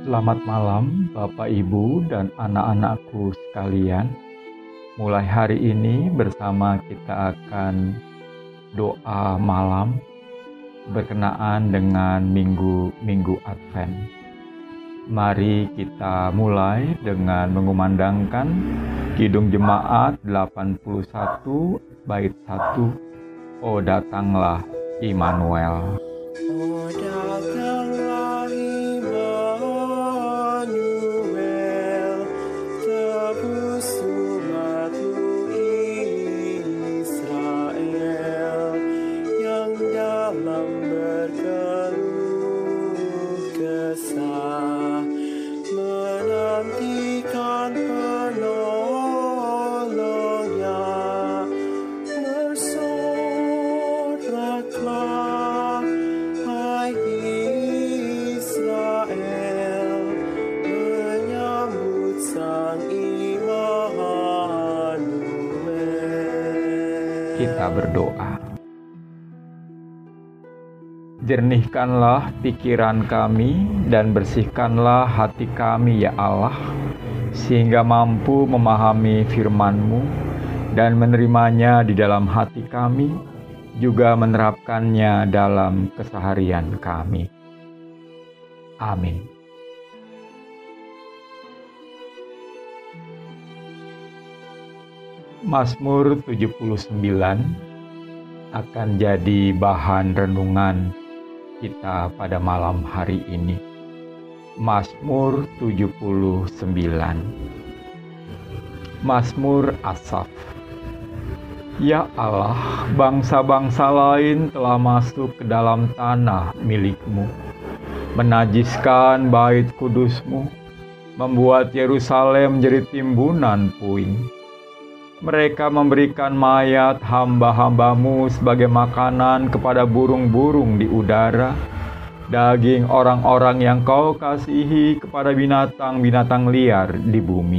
Selamat malam Bapak Ibu dan anak-anakku sekalian. Mulai hari ini bersama kita akan doa malam berkenaan dengan Minggu Advent. Mari kita mulai dengan mengumandangkan Kidung Jemaat 81 bait 1. O datanglah Immanuel. O datanglah Immanuel, tebus umat-Mu Israel, yang dalam berkeluh kesah menantikan penolongnya. Bersoraklah hai Israel, menyambut Sang Immanuel. Kita berdoa. Jernihkanlah pikiran kami dan bersihkanlah hati kami ya Allah, sehingga mampu memahami firman-Mu dan menerimanya di dalam hati kami, juga menerapkannya dalam keseharian kami. Amin. Mazmur 79 akan jadi bahan renungan kita pada malam hari ini. Mazmur 79. Mazmur Asaf. Ya Allah, bangsa-bangsa lain telah masuk ke dalam tanah milik-Mu, menajiskan bait kudus-Mu, membuat Yerusalem menjadi timbunan puing. Mereka memberikan mayat hamba-hamba-Mu sebagai makanan kepada burung-burung di udara, daging orang-orang yang Kau kasihi kepada binatang-binatang liar di bumi.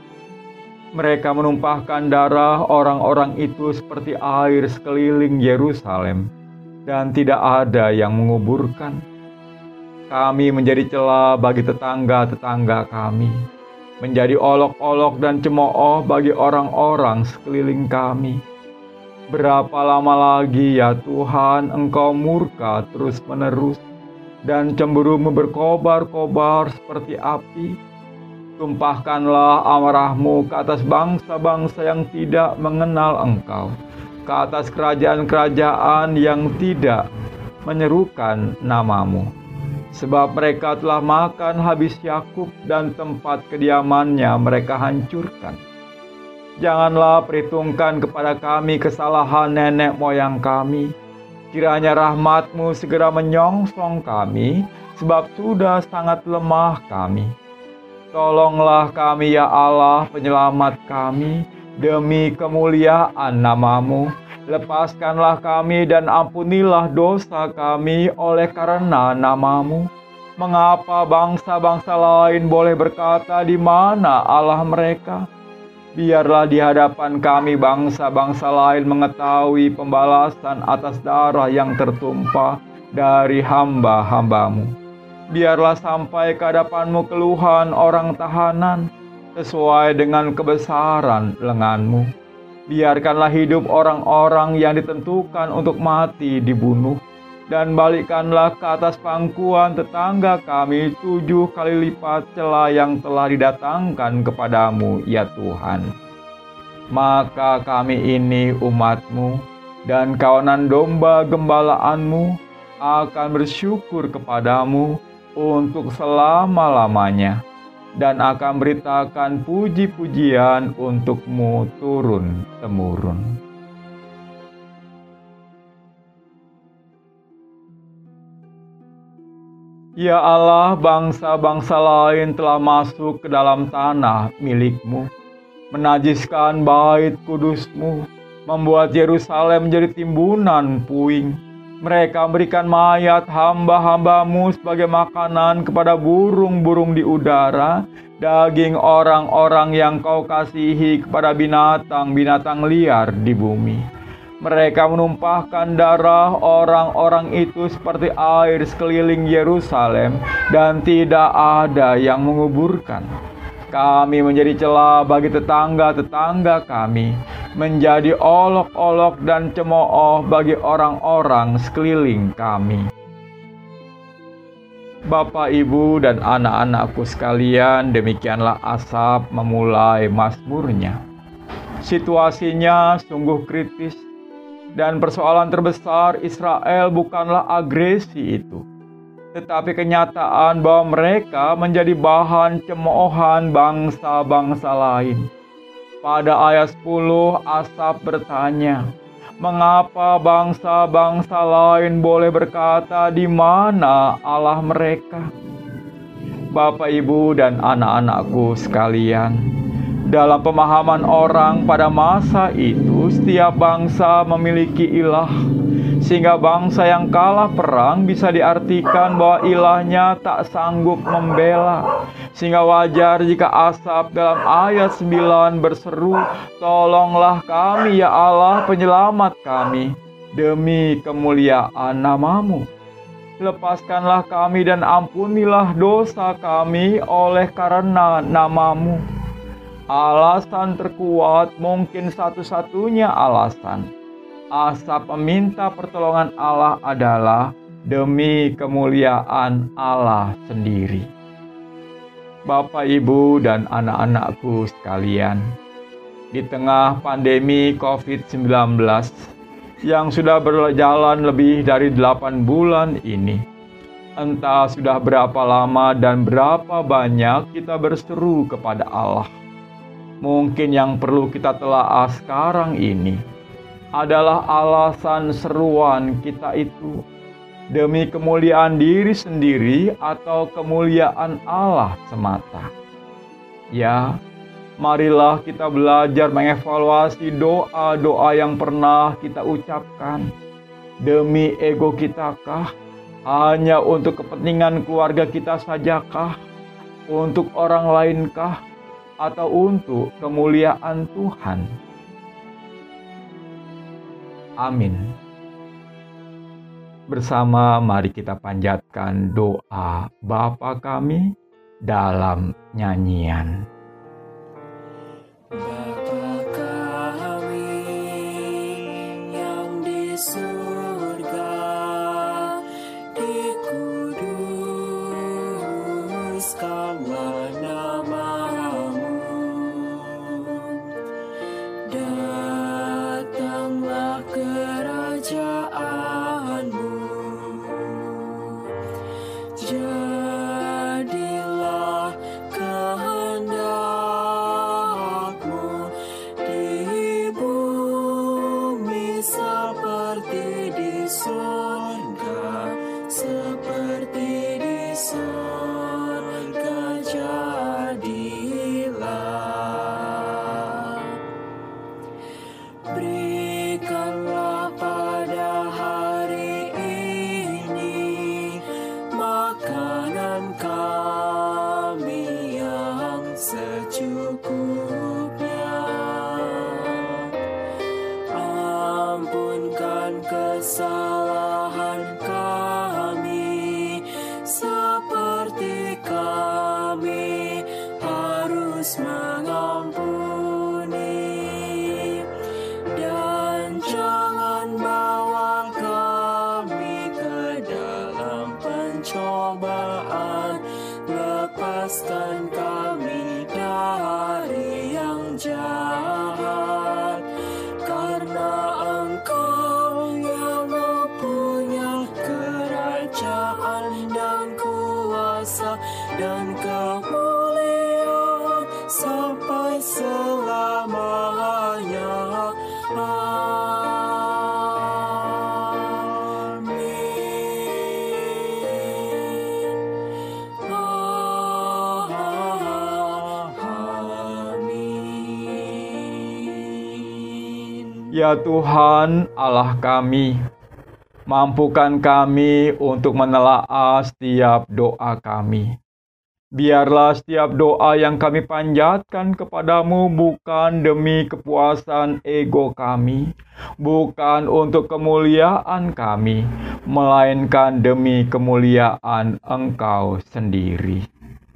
Mereka menumpahkan darah orang-orang itu seperti air sekeliling Yerusalem, dan tidak ada yang menguburkan. Kami menjadi celah bagi tetangga-tetangga kami, menjadi olok-olok dan cemooh bagi orang-orang sekeliling kami. Berapa lama lagi ya Tuhan Engkau murka terus-menerus, dan cemburu-Mu berkobar-kobar seperti api? Tumpahkanlah amarah-Mu ke atas bangsa-bangsa yang tidak mengenal Engkau, ke atas kerajaan-kerajaan yang tidak menyerukan nama-Mu. Sebab mereka telah makan habis Yakub, dan tempat kediamannya mereka hancurkan. Janganlah perhitungkan kepada kami kesalahan nenek moyang kami. Kiranya rahmat-Mu segera menyongsong kami, sebab sudah sangat lemah kami. Tolonglah kami ya Allah, penyelamat kami, demi kemuliaan nama-Mu. Lepaskanlah kami dan ampunilah dosa kami oleh karena nama-Mu. Mengapa bangsa-bangsa lain boleh berkata di mana Allah mereka? Biarlah di hadapan kami bangsa-bangsa lain mengetahui pembalasan atas darah yang tertumpah dari hamba-hamba-Mu. Biarlah sampai ke hadapan-Mu keluhan orang tahanan, sesuai dengan kebesaran lengan-Mu. Biarkanlah hidup orang-orang yang ditentukan untuk mati dibunuh, dan balikkanlah ke atas pangkuan tetangga kami 7 kali lipat celah yang telah didatangkan kepadamu, ya Tuhan. Maka kami ini umat-Mu, dan kawanan domba gembalaan-Mu akan bersyukur kepadamu untuk selama-lamanya, dan akan beritakan puji-pujian untuk-Mu turun-temurun. Ya Allah, bangsa-bangsa lain telah masuk ke dalam tanah milik-Mu, menajiskan bait kudus-Mu, membuat Yerusalem menjadi timbunan puing. Mereka memberikan mayat hamba-hamba-Mu sebagai makanan kepada burung-burung di udara, daging orang-orang yang Kau kasihi kepada binatang-binatang liar di bumi. Mereka menumpahkan darah orang-orang itu seperti air sekeliling Yerusalem, dan tidak ada yang menguburkan. Kami menjadi celah bagi tetangga-tetangga kami, menjadi olok-olok dan cemooh bagi orang-orang sekeliling kami. Bapak, Ibu, dan anak-anakku sekalian, demikianlah Asaf memulai mazmurnya. Situasinya sungguh kritis, dan persoalan terbesar Israel bukanlah agresi itu, tetapi kenyataan bahwa mereka menjadi bahan cemoohan bangsa-bangsa lain. Pada ayat 10, Asaf bertanya, mengapa bangsa-bangsa lain boleh berkata di mana Allah mereka? Bapak, Ibu, dan anak-anakku sekalian, dalam pemahaman orang pada masa itu, setiap bangsa memiliki ilah, sehingga bangsa yang kalah perang bisa diartikan bahwa ilahnya tak sanggup membela. Sehingga wajar jika Asaf dalam ayat 9 berseru, tolonglah kami ya Allah penyelamat kami, demi kemuliaan nama-Mu. Lepaskanlah kami dan ampunilah dosa kami oleh karena nama-Mu. Alasan terkuat, mungkin satu-satunya alasan Asaf meminta pertolongan Allah adalah demi kemuliaan Allah sendiri. Bapak, Ibu, dan anak-anakku sekalian, di tengah pandemi COVID-19 yang sudah berjalan lebih dari 8 bulan ini, entah sudah berapa lama dan berapa banyak kita berseru kepada Allah. Mungkin yang perlu kita telaah sekarang ini adalah alasan seruan kita itu demi kemuliaan diri sendiri atau kemuliaan Allah semata. Ya, marilah kita belajar mengevaluasi doa-doa yang pernah kita ucapkan. Demi ego kitakah? Hanya untuk kepentingan keluarga kita sajakah? Untuk orang lainkah? Atau untuk kemuliaan Tuhan? Amin. Bersama mari kita panjatkan doa Bapa kami dalam nyanyian. Bapa kami yang di surga, dikuduskanlah nama-Mu, datanglah kerajaan-Mu, jadilah kehendak-Mu di bumi seperti di surga, seperti di surga jadilah. Berikanlah pada hari ini makanan kami yang secukupnya. Ampunkan kesalahan kami seperti kami harus mengampuni, dan jangan bawa kami ke dalam pencobaan, lepaskan kami dari yang jahat, karena Engkau yang mempunyai kerajaan dan kuasa dan kemuliaan sampai selamanya. Amin. Ya Tuhan Allah kami, mampukan kami untuk menelaah setiap doa kami, Biarlah setiap doa yang kami panjatkan kepadamu bukan demi kepuasan ego kami, bukan untuk kemuliaan kami, melainkan demi kemuliaan Engkau sendiri.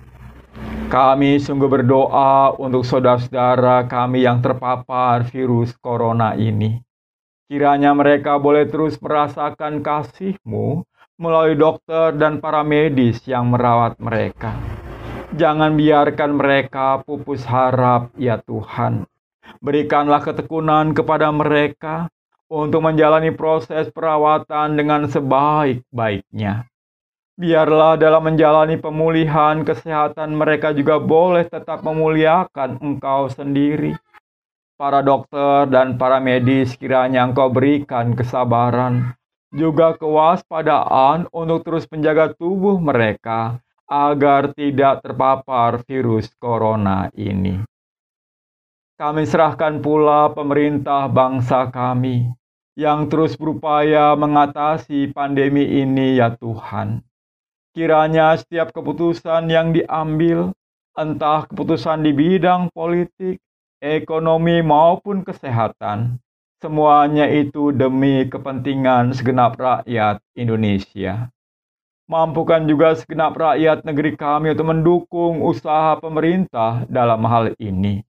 Kami sungguh berdoa untuk saudara-saudara kami yang terpapar virus corona ini. Kiranya mereka boleh terus merasakan kasih-Mu melalui dokter dan para medis yang merawat mereka. Jangan biarkan mereka pupus harap, ya Tuhan. Berikanlah ketekunan kepada mereka untuk menjalani proses perawatan dengan sebaik-baiknya. Biarlah dalam menjalani pemulihan kesehatan mereka juga boleh tetap memuliakan Engkau sendiri. Para dokter dan para medis kiranya Engkau berikan kesabaran, juga kewaspadaan untuk terus menjaga tubuh mereka agar tidak terpapar virus corona ini. Kami serahkan pula pemerintah bangsa kami yang terus berupaya mengatasi pandemi ini, ya Tuhan. Kiranya setiap keputusan yang diambil, entah keputusan di bidang politik, ekonomi maupun kesehatan, semuanya itu demi kepentingan segenap rakyat Indonesia. Mampukan juga segenap rakyat negeri kami untuk mendukung usaha pemerintah dalam hal ini.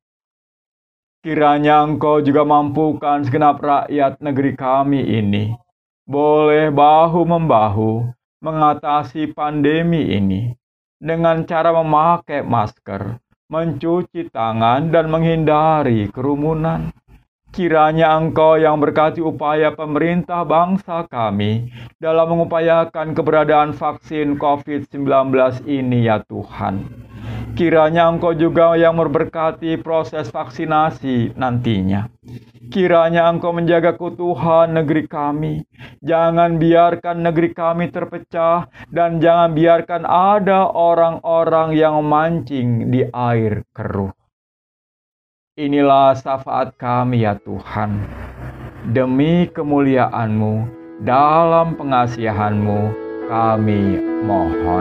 Kiranya Engkau juga mampukan segenap rakyat negeri kami ini boleh bahu-membahu mengatasi pandemi ini dengan cara memakai masker, mencuci tangan, dan menghindari kerumunan. Kiranya Engkau yang berkati upaya pemerintah bangsa kami dalam mengupayakan keberadaan vaksin COVID-19 ini, ya Tuhan. Kiranya Engkau juga yang memberkati proses vaksinasi nantinya. Kiranya Engkau menjaga keutuhan negeri kami. Jangan biarkan negeri kami terpecah dan jangan biarkan ada orang-orang yang memancing di air keruh. Inilah syafaat kami, ya Tuhan. Demi kemuliaan-Mu, dalam pengasihan-Mu, kami mohon.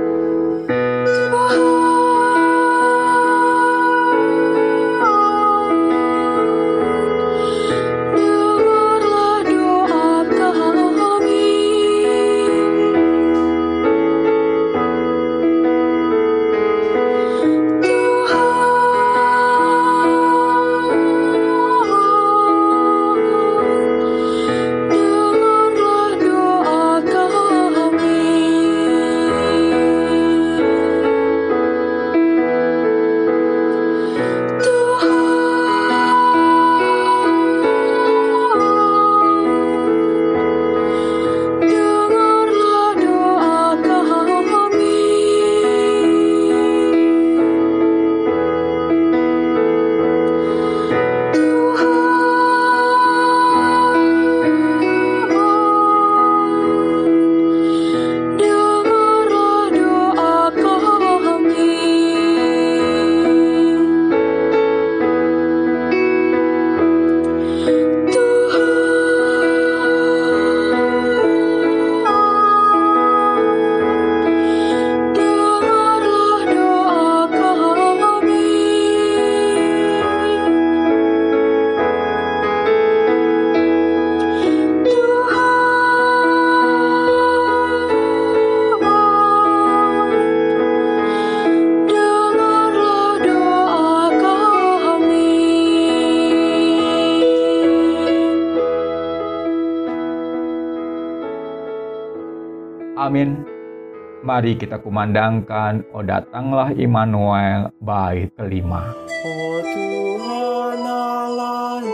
Amin. Mari kita kumandangkan, "O datanglah Immanuel," bait kelima. Oh Tuhan Allah,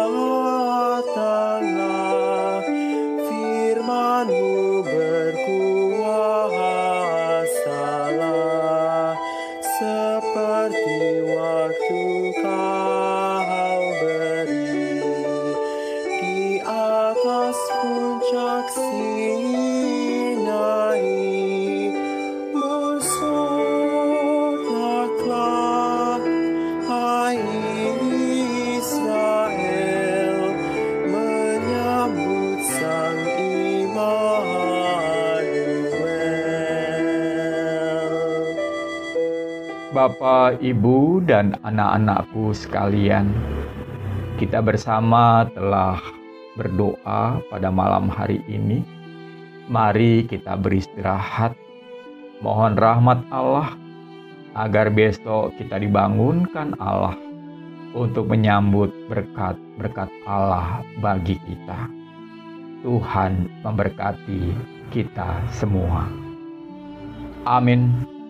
datanglah, firman-Mu berkuasalah, seperti waktu Kau beri di atas puncak Sinai. Bersodaklah, hai Israel, menyambut Sang Immanuel. Bapak, Ibu, dan anak-anakku sekalian, kita bersama telah berdoa pada malam hari ini. Mari kita beristirahat, mohon rahmat Allah, agar besok kita dibangunkan Allah untuk menyambut berkat-berkat Allah bagi kita. Tuhan memberkati kita semua. Amin.